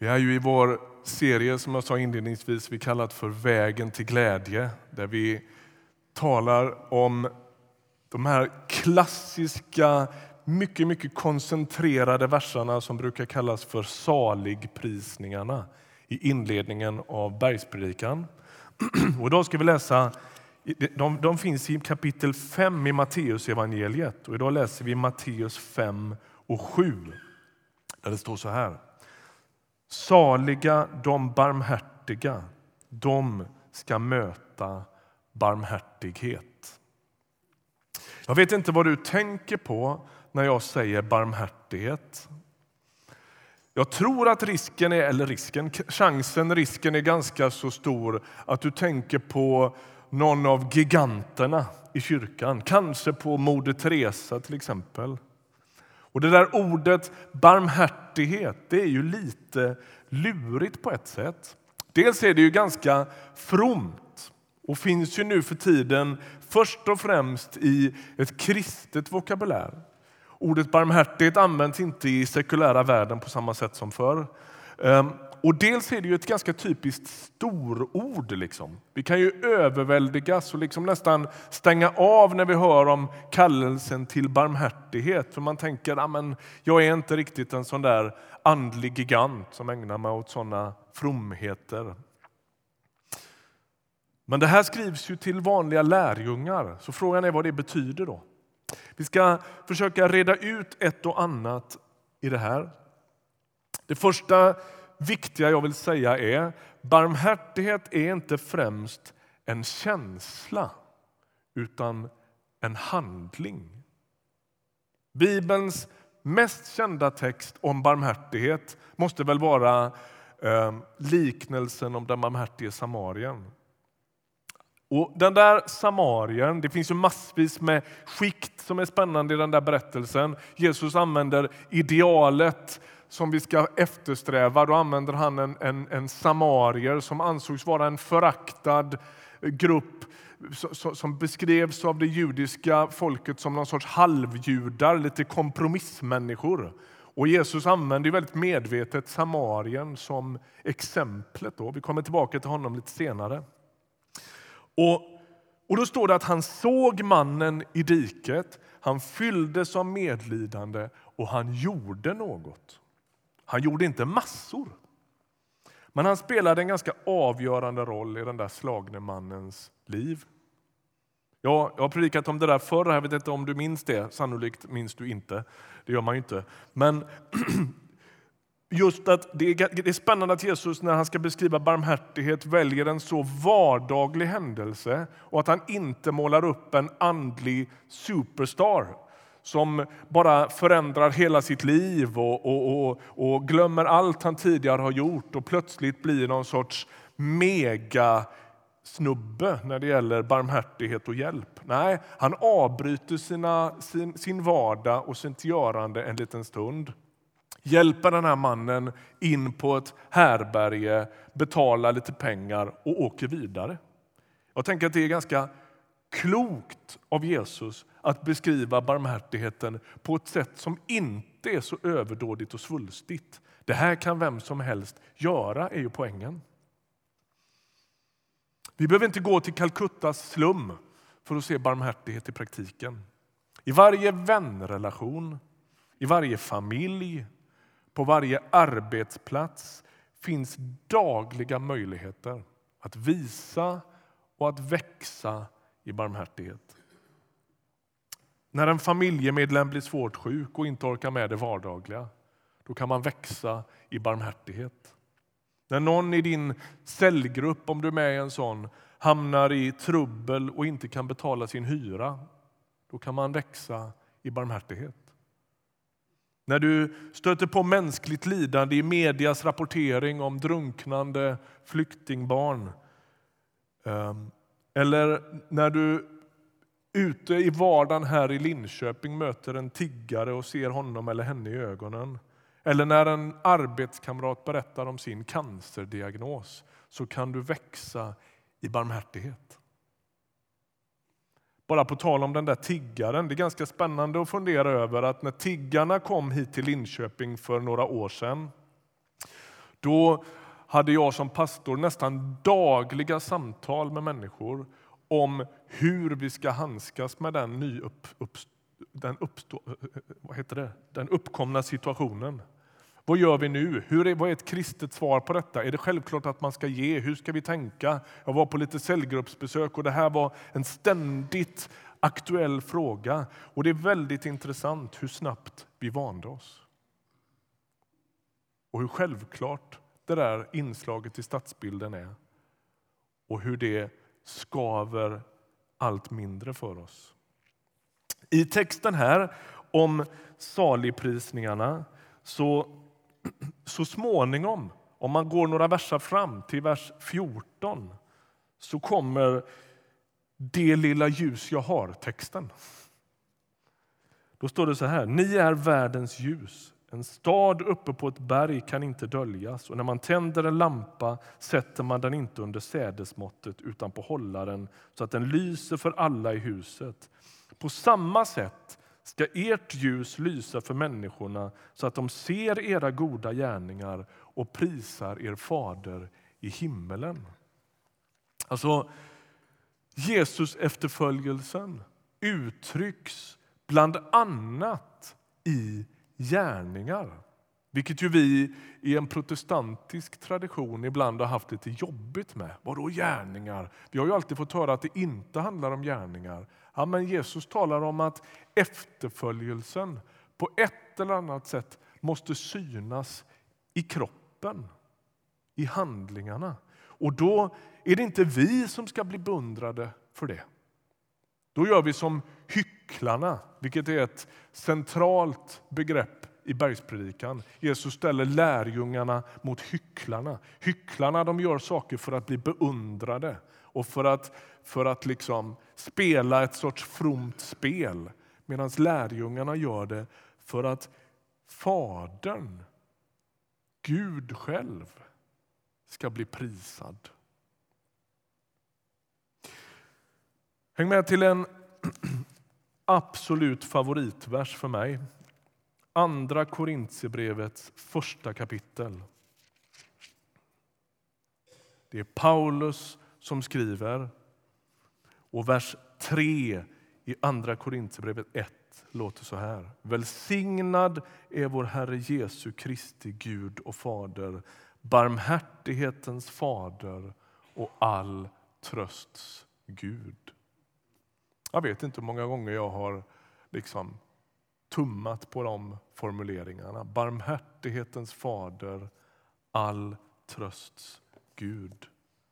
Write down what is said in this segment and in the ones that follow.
Vi är ju i vår serie som jag sa inledningsvis vi kallat för Vägen till glädje. Där vi talar om de här klassiska, mycket koncentrerade verserna som brukar kallas för saligprisningarna i inledningen av bergspredikan. Och idag ska vi läsa, de finns i kapitel 5 i Matteus evangeliet. Och idag läser vi Matteus 5 och 7. Där det står så här. Saliga de barmhärtiga, de ska möta barmhärtighet. Jag vet inte vad du tänker på när jag säger barmhärtighet. Jag tror att risken är ganska så stor att du tänker på någon av giganterna i kyrkan. Kanske på Moder Teresa till exempel. Och det där ordet barmhärtighet, det är ju lite lurigt på ett sätt. Dels är det ju ganska fromt och finns ju nu för tiden först och främst i ett kristet vokabulär. Ordet barmhärtighet används inte i sekulära världen på samma sätt som förr. Och dels är det ju ett ganska typiskt storord. Liksom. Vi kan ju överväldigas och liksom nästan stänga av när vi hör om kallelsen till barmhärtighet. För man tänker att jag är inte riktigt en sån där andlig gigant som ägnar mig åt såna fromheter. Men det här skrivs ju till vanliga lärjungar. Så frågan är vad det betyder då. Vi ska försöka reda ut ett och annat i det här. Det första viktiga jag vill säga är barmhärtighet är inte främst en känsla utan en handling. Bibelns mest kända text om barmhärtighet måste väl vara liknelsen om den barmhärtige samarien. Och den där samarien, det finns ju massvis med skikt som är spännande i den där berättelsen. Jesus använder idealet som vi ska eftersträva. Då använder han en samarier som ansågs vara en föraktad grupp som beskrevs av det judiska folket som någon sorts halvjudar, lite kompromissmänniskor. Och Jesus använder ju väldigt medvetet samarien som exemplet. Då. Vi kommer tillbaka till honom lite senare. Och då står det att han såg mannen i diket, han fylldes av medlidande och han gjorde något. Han gjorde inte massor, men han spelade en ganska avgörande roll i den där slagne mannens liv. Jag har predikat om det där förr, jag vet inte om du minns det, sannolikt minns du inte, det gör man ju inte. Men just att det är spännande att Jesus när han ska beskriva barmhärtighet väljer en så vardaglig händelse och att han inte målar upp en andlig superstar som bara förändrar hela sitt liv och glömmer allt han tidigare har gjort och plötsligt blir någon sorts mega snubbe när det gäller barmhärtighet och hjälp. Nej, han avbryter sin vardag och sitt görande en liten stund. Hjälper den här mannen in på ett härberge, betalar lite pengar och åker vidare. Jag tänker att det är ganska klokt av Jesus att beskriva barmhärtigheten på ett sätt som inte är så överdådigt och svulstigt. Det här kan vem som helst göra, är ju poängen. Vi behöver inte gå till Calcuttas slum för att se barmhärtighet i praktiken. I varje vänrelation, i varje familj, på varje arbetsplats finns dagliga möjligheter att visa och att växa i barmhärtighet. När en familjemedlem blir svårt sjuk och inte orkar med det vardagliga, då kan man växa i barmhärtighet. När någon i din cellgrupp, om du är med i en sån, hamnar i trubbel och inte kan betala sin hyra, då kan man växa i barmhärtighet. När du stöter på mänskligt lidande i medias rapportering om drunknande flyktingbarn. Eller när du ute i vardagen här i Linköping möter en tiggare och ser honom eller henne i ögonen. Eller när en arbetskamrat berättar om sin cancerdiagnos, så kan du växa i barmhärtighet. Bara på tal om den där tiggaren, det är ganska spännande att fundera över att när tiggarna kom hit till Linköping för några år sedan, Då hade jag som pastor nästan dagliga samtal med människor om hur vi ska handskas med den uppkomna situationen. Vad gör vi nu? Vad är ett kristet svar på detta? Är det självklart att man ska ge? Hur ska vi tänka? Jag var på lite cellgruppsbesök och det här var en ständigt aktuell fråga. Och det är väldigt intressant hur snabbt vi vande oss. Och hur självklart det där inslaget i stadsbilden är. Och hur det skaver allt mindre för oss. I texten här om saligprisningarna så småningom, om man går några versar fram till vers 14, så kommer det lilla ljus jag har, texten. Då står det så här: ni är världens ljus. En stad uppe på ett berg kan inte döljas, och när man tänder en lampa sätter man den inte under sädesmåttet utan på hållaren så att den lyser för alla i huset. På samma sätt ska ert ljus lysa för människorna så att de ser era goda gärningar och prisar er fader i himmelen. Alltså, Jesus efterföljelsen uttrycks bland annat i gärningar. Vilket ju vi i en protestantisk tradition ibland har haft lite jobbigt med. Vadå gärningar? Vi har ju alltid fått höra att det inte handlar om gärningar. Ja, men Jesus talar om att efterföljelsen på ett eller annat sätt måste synas i kroppen, i handlingarna. Och då är det inte vi som ska bli beundrade för det. Då gör vi som hycklarna, vilket är ett centralt begrepp i bergspredikan. Jesus ställer lärjungarna mot hycklarna. Hycklarna, de gör saker för att bli beundrade och för att liksom spela ett sorts fromt spel. Medan lärjungarna gör det för att Fadern, Gud själv, ska bli prisad. Häng med till en absolut favoritvers för mig. Andra Korintierbrevets första kapitel. Det är Paulus som skriver. Och vers 3 i Andra Korintierbrevet 1 låter så här: välsignad är vår Herre Jesu Kristi Gud och Fader, barmhärtighetens Fader och all trösts Gud. Jag vet inte hur många gånger jag har liksom tummat på de formuleringarna. Barmhärtighetens Fader, all trösts Gud.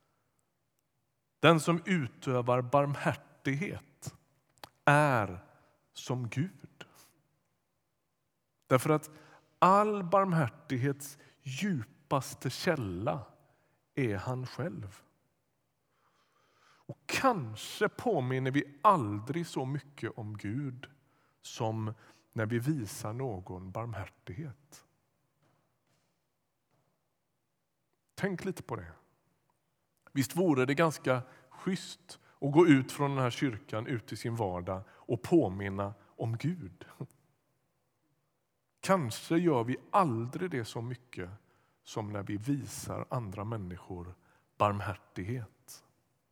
Den som utövar barmhärtighet är som Gud. Därför att all barmhärtighets djupaste källa är han själv. Och kanske påminner vi aldrig så mycket om Gud som när vi visar någon barmhärtighet. Tänk lite på det. Visst vore det ganska schysst att gå ut från den här kyrkan ut i sin vardag och påminna om Gud. Kanske gör vi aldrig det så mycket som när vi visar andra människor barmhärtighet.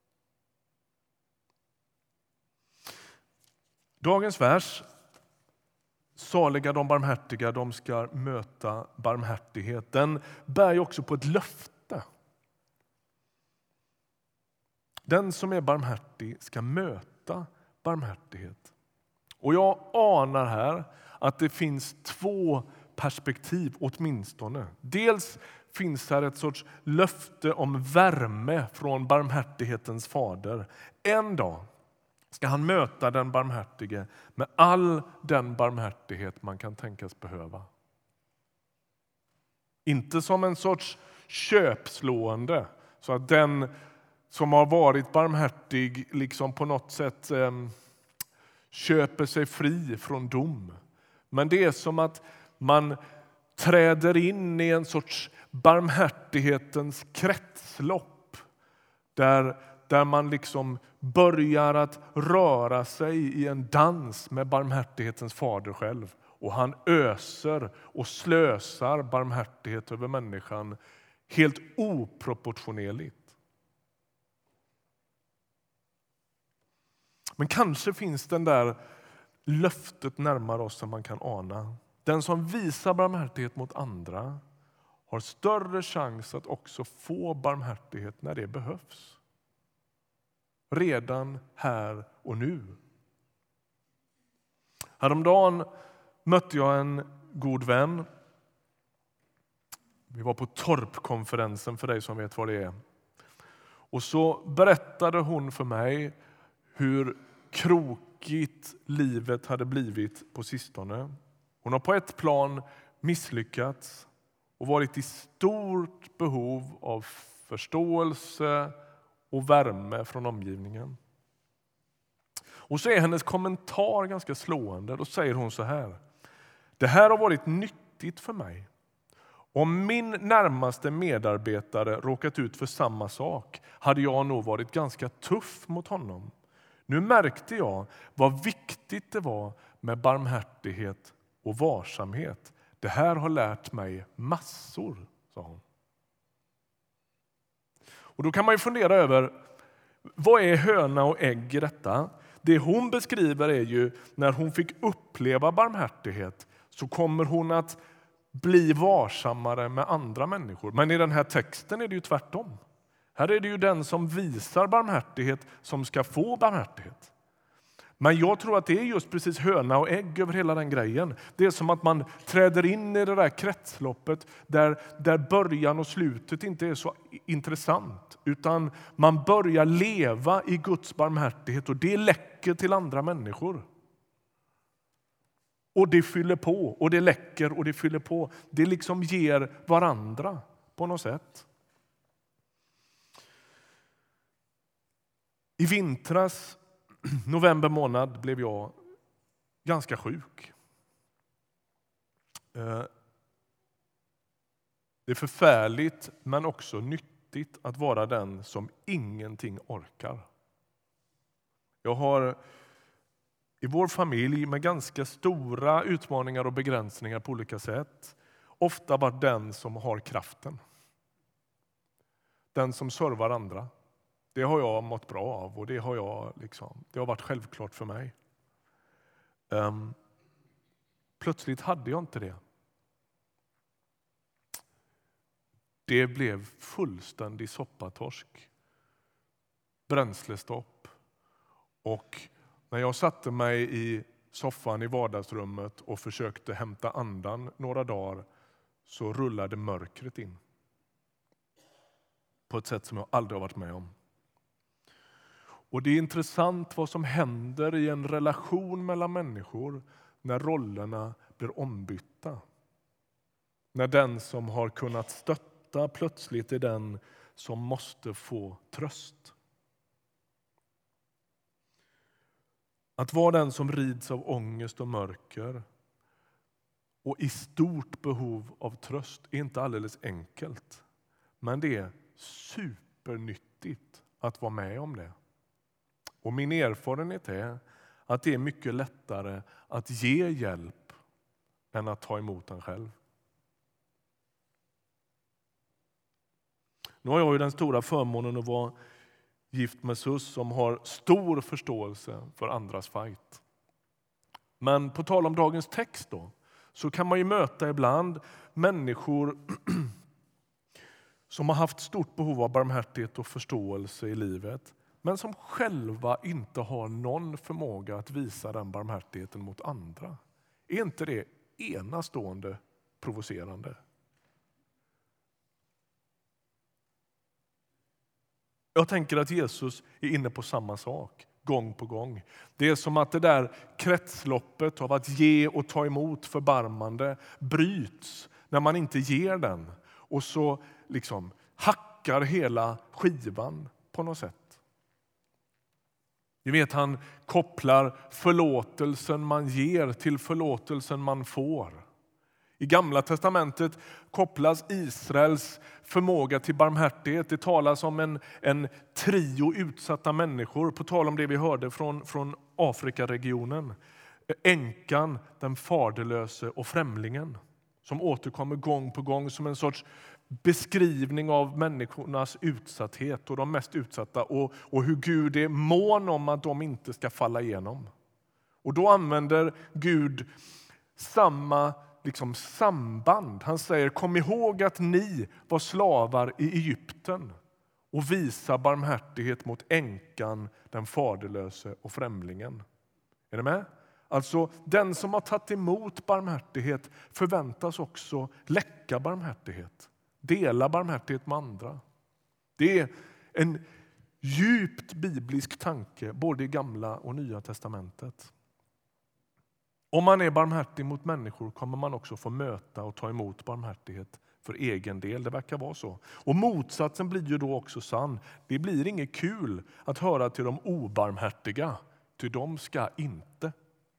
Dagens vers, saliga de barmhärtiga, de ska möta barmhärtighet. Den bär ju också på ett löfte. Den som är barmhärtig ska möta barmhärtighet. Och jag anar här att det finns två perspektiv åtminstone. Dels finns här ett sorts löfte om värme från barmhärtighetens fader. En dag ska han möta den barmhärtige med all den barmhärtighet man kan tänkas behöva. Inte som en sorts köpslående så att den som har varit barmhärtig liksom på något sätt köper sig fri från dom. Men det är som att man träder in i en sorts barmhärtighetens kretslopp där man liksom börjar att röra sig i en dans med barmhärtighetens fader själv. Och han öser och slösar barmhärtighet över människan helt oproportionerligt. Men kanske finns den där löftet närmare oss som man kan ana. Den som visar barmhärtighet mot andra har större chans att också få barmhärtighet när det behövs. Redan här och nu. Häromdagen mötte jag en god vän. Vi var på Torpkonferensen, för dig som vet vad det är. Och så berättade hon för mig hur krokigt livet hade blivit på sistone. Hon har på ett plan misslyckats och varit i stort behov av förståelse och värme från omgivningen. Och så är hennes kommentar ganska slående. Då säger hon så här: det här har varit nyttigt för mig. Om min närmaste medarbetare råkat ut för samma sak hade jag nog varit ganska tuff mot honom. Nu märkte jag vad viktigt det var med barmhärtighet och varsamhet. Det här har lärt mig massor, sa hon. Och då kan man ju fundera över, vad är höna och ägg i detta? Det hon beskriver är ju när hon fick uppleva barmhärtighet så kommer hon att bli varsammare med andra människor. Men i den här texten är det ju tvärtom. Här är det ju den som visar barmhärtighet som ska få barmhärtighet. Men jag tror att det är just precis höna och ägg över hela den grejen. Det är som att man träder in i det där kretsloppet där början och slutet inte är så intressant. Utan man börjar leva i Guds barmhärtighet och det läcker till andra människor. Och det fyller på och det läcker och det fyller på. Det liksom ger varandra på något sätt. I vintras, november månad, blev jag ganska sjuk. Det är förfärligt men också nyttigt att vara den som ingenting orkar. Jag har i vår familj med ganska stora utmaningar och begränsningar på olika sätt ofta varit den som har kraften. Den som servar andra. Det har jag mått bra av och det har varit självklart för mig. Plötsligt hade jag inte det. Det blev fullständig soppatorsk. Bränslestopp. Och när jag satte mig i soffan i vardagsrummet och försökte hämta andan några dagar så rullade mörkret in. På ett sätt som jag aldrig har varit med om. Och det är intressant vad som händer i en relation mellan människor när rollerna blir ombytta. När den som har kunnat stötta plötsligt är den som måste få tröst. Att vara den som rids av ångest och mörker och i stort behov av tröst är inte alldeles enkelt. Men det är supernyttigt att vara med om det. Och min erfarenhet är att det är mycket lättare att ge hjälp än att ta emot den själv. Nu har jag ju den stora förmånen att vara gift med Sus som har stor förståelse för andras fight. Men på tal om dagens text då, så kan man ju möta ibland människor som har haft stort behov av barmhärtighet och förståelse i livet, men som själva inte har någon förmåga att visa den barmhärtigheten mot andra. Är inte det enastående provocerande? Jag tänker att Jesus är inne på samma sak gång på gång. Det är som att det där kretsloppet av att ge och ta emot förbarmande bryts när man inte ger den. Och så liksom hackar hela skivan på något sätt. Ni vet, han kopplar förlåtelsen man ger till förlåtelsen man får. I Gamla testamentet kopplas Israels förmåga till barmhärtighet. Det talas om en trio utsatta människor. På tal om det vi hörde från Afrikaregionen. Änkan, den faderlöse och främlingen. som återkommer gång på gång som en sorts beskrivning av människornas utsatthet och de mest utsatta och hur Gud är mån om att de inte ska falla igenom. Och då använder Gud samma samband. Han säger: kom ihåg att ni var slavar i Egypten och visa barmhärtighet mot änkan, den faderlöse och främlingen. Är ni med? Alltså, den som har tagit emot barmhärtighet förväntas också läcka barmhärtighet. Dela barmhärtighet med andra. Det är en djupt biblisk tanke både i Gamla och Nya testamentet. Om man är barmhärtig mot människor kommer man också få möta och ta emot barmhärtighet för egen del. Det verkar vara så. Och motsatsen blir ju då också sann. Det blir inget kul att höra till de obarmhärtiga, ty de ska inte.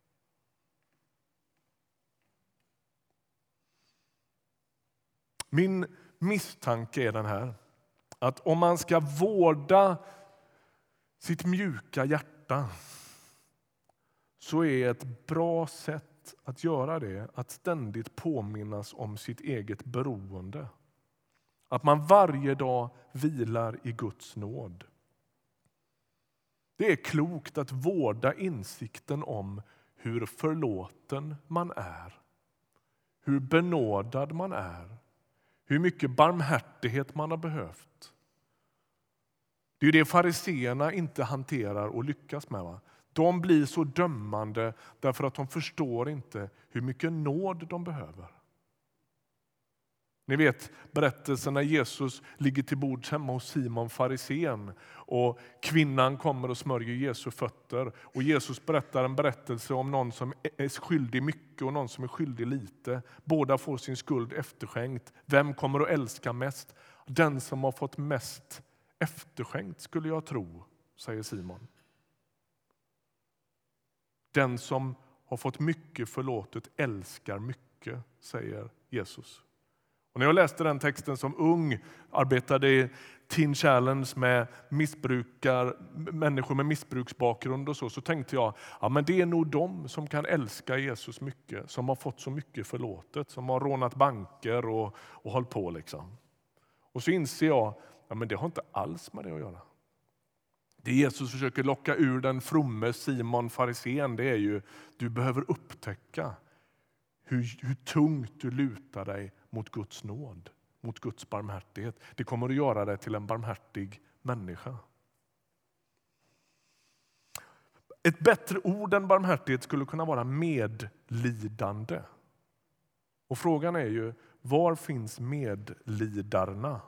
Min misstanke är den här, att om man ska vårda sitt mjuka hjärta så är ett bra sätt att göra det att ständigt påminnas om sitt eget beroende. Att man varje dag vilar i Guds nåd. Det är klokt att vårda insikten om hur förlåten man är. Hur benådad man är. Hur mycket barmhärtighet man har behövt. Det är det fariseerna inte hanterar och lyckas med. Va? De blir så dömande därför att de förstår inte hur mycket nåd de behöver. Ni vet berättelsen när Jesus ligger till bords hemma hos Simon farisén och kvinnan kommer och smörjer Jesu fötter. Och Jesus berättar en berättelse om någon som är skyldig mycket och någon som är skyldig lite. Båda får sin skuld efterskänkt. Vem kommer att älska mest? Den som har fått mest efterskänkt skulle jag tro, säger Simon. Den som har fått mycket förlåtet älskar mycket, säger Jesus. Och när jag läste den texten som ung, arbetade i Teen Challenge med människor med missbruksbakgrund och så tänkte jag, ja, men det är nog de som kan älska Jesus mycket, som har fått så mycket förlåtet, som har rånat banker och hållit på liksom. Och så inser jag, ja, men det har inte alls med det att göra. Det Jesus försöker locka ur den fromme Simon farisén, det är ju, du behöver upptäcka hur tungt du lutar dig mot Guds nåd, mot Guds barmhärtighet. Det kommer att göra dig till en barmhärtig människa. Ett bättre ord än barmhärtighet skulle kunna vara medlidande. Och frågan är ju, var finns medlidarna?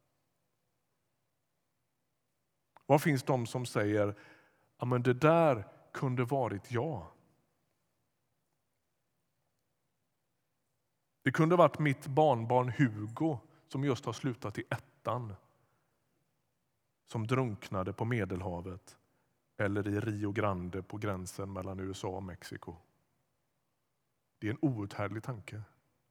Var finns de som säger, ja, men det där kunde varit jag. Det kunde varit mitt barnbarn Hugo som just har slutat i 1:an. Som drunknade på Medelhavet eller i Rio Grande på gränsen mellan USA och Mexiko. Det är en outhärdlig tanke.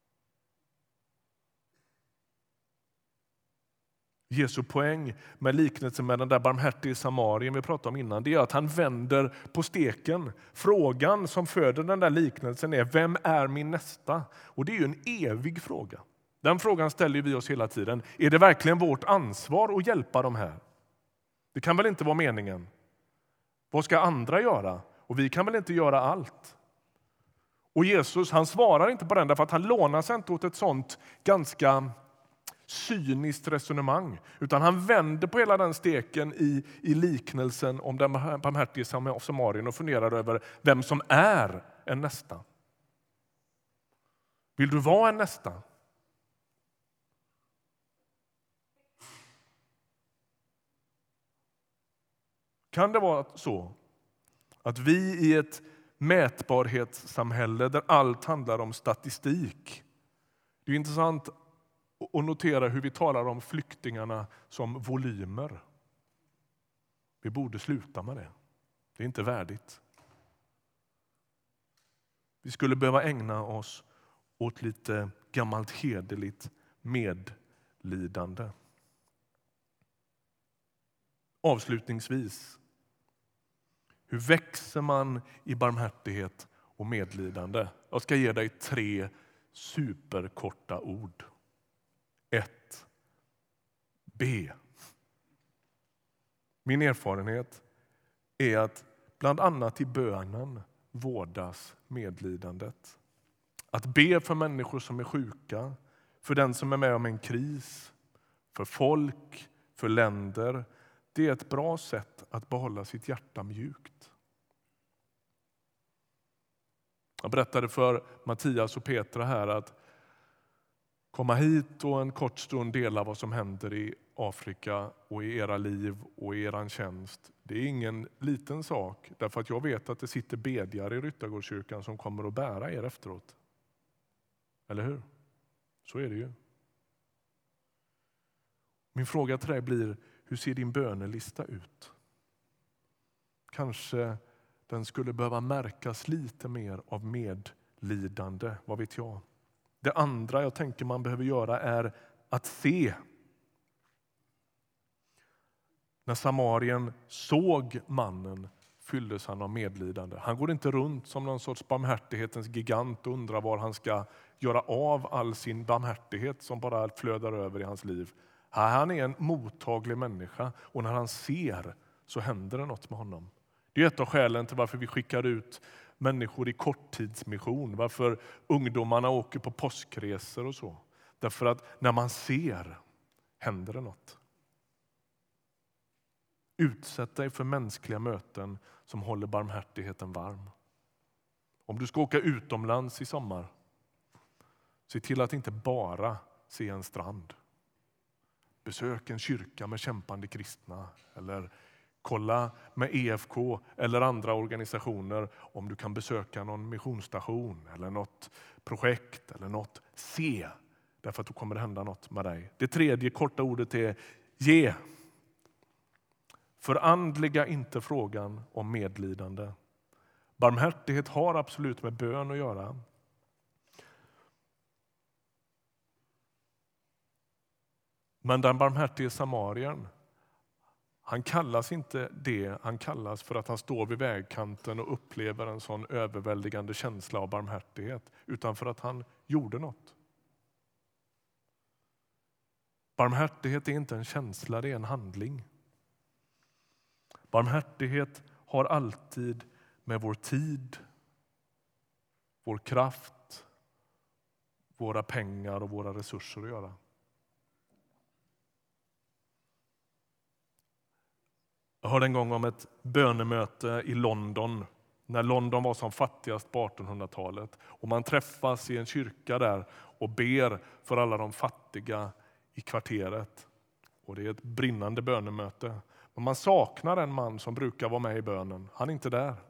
Jesu poäng med liknelsen med den där barmhärtige samarien vi pratade om innan, det är att han vänder på steken. Frågan som föder den där liknelsen är, vem är min nästa? Och det är ju en evig fråga. Den frågan ställer vi oss hela tiden. Är det verkligen vårt ansvar att hjälpa de här? Det kan väl inte vara meningen? Vad ska andra göra? Och vi kan väl inte göra allt? Och Jesus, han svarar inte på den därför att han lånar sig inte åt ett sånt ganska cyniskt resonemang, utan han vänder på hela den steken i liknelsen om den barmhärtige samarien och funderar över vem som är en nästa. Vill du vara en nästa? Kan det vara så att vi i ett mätbarhetssamhälle där allt handlar om statistik, det är intressant och notera hur vi talar om flyktingarna som volymer. Vi borde sluta med det. Det är inte värdigt. Vi skulle behöva ägna oss åt lite gammalt hederligt medlidande. Avslutningsvis. Hur växer man i barmhärtighet och medlidande? Jag ska ge dig 3 superkorta ord. 1. Be. Min erfarenhet är att bland annat i bönen vårdas medlidandet. Att be för människor som är sjuka, för den som är med om en kris, för folk, för länder, det är ett bra sätt att behålla sitt hjärta mjukt. Jag berättade för Mattias och Petra här att komma hit och en kort stund dela vad som händer i Afrika och i era liv och i eran tjänst. Det är ingen liten sak, därför att jag vet att det sitter bedjare i Ryttargårdskyrkan som kommer att bära er efteråt. Eller hur? Så är det ju. Min fråga till dig blir, hur ser din bönelista ut? Kanske den skulle behöva märkas lite mer av medlidande, vad vet jag. Det andra jag tänker man behöver göra är att se. När samarien såg mannen fylldes han av medlidande. Han går inte runt som någon sorts barmhärtighetens gigant och undrar var han ska göra av all sin barmhärtighet som bara flödar över i hans liv. Han är en mottaglig människa och när han ser så händer det något med honom. Det är ett av skälen till varför vi skickar ut människor i korttidsmission. Varför ungdomarna åker på påskresor och så. Därför att när man ser händer det något. Utsätt dig för mänskliga möten som håller barmhärtigheten varm. Om du ska åka utomlands i sommar, se till att inte bara se en strand. Besök en kyrka med kämpande kristna eller kolla med EFK eller andra organisationer om du kan besöka någon missionsstation eller något projekt eller något. Se, därför att då kommer det hända något med dig. Det tredje korta ordet är ge. Förandliga inte frågan om medlidande. Barmhärtighet har absolut med bön att göra. Men den barmhärtige samarien, han kallas inte det, han kallas för att han står vid vägkanten och upplever en sån överväldigande känsla av barmhärtighet, utan för att han gjorde något. Barmhärtighet är inte en känsla, det är en handling. Barmhärtighet har alltid med vår tid, vår kraft, våra pengar och våra resurser att göra. Jag hörde en gång om ett bönemöte i London, när London var som fattigast på 1800-talet. Och man träffas i en kyrka där och ber för alla de fattiga i kvarteret. Och det är ett brinnande bönemöte. Men man saknar en man som brukar vara med i bönen. Han är inte där.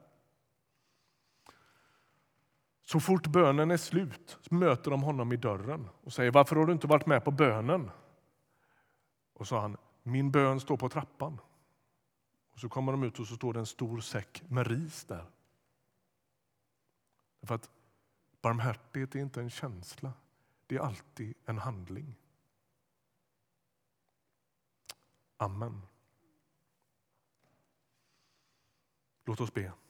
Så fort bönen är slut så möter de honom i dörren och säger: varför har du inte varit med på bönen? Och så sa han: min bön står på trappan. Och så kommer de ut och så står det en stor säck med ris där. För att barmhärtighet är inte en känsla, det är alltid en handling. Amen. Låt oss be.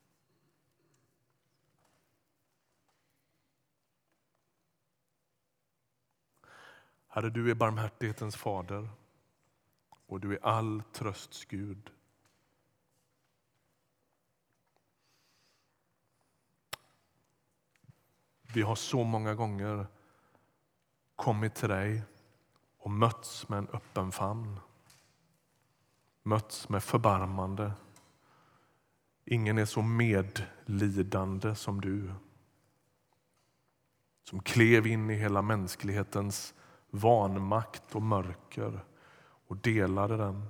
Herre, du är barmhärtighetens fader och du är all trösts Gud. Vi har så många gånger kommit till dig och mötts med en öppen famn. Mötts med förbarmande. Ingen är så medlidande som du. Som klev in i hela mänsklighetens vanmakt och mörker och delade den.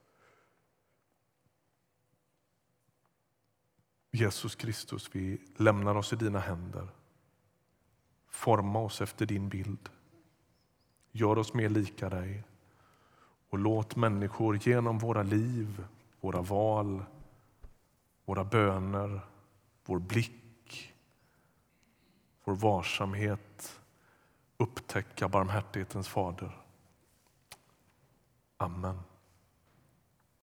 Jesus Kristus, vi lämnar oss i dina händer. Forma oss efter din bild. Gör oss mer lika dig. Och låt människor genom våra liv, våra val, våra böner, vår blick, vår varsamhet upptäcka barmhärtighetens fader. Amen.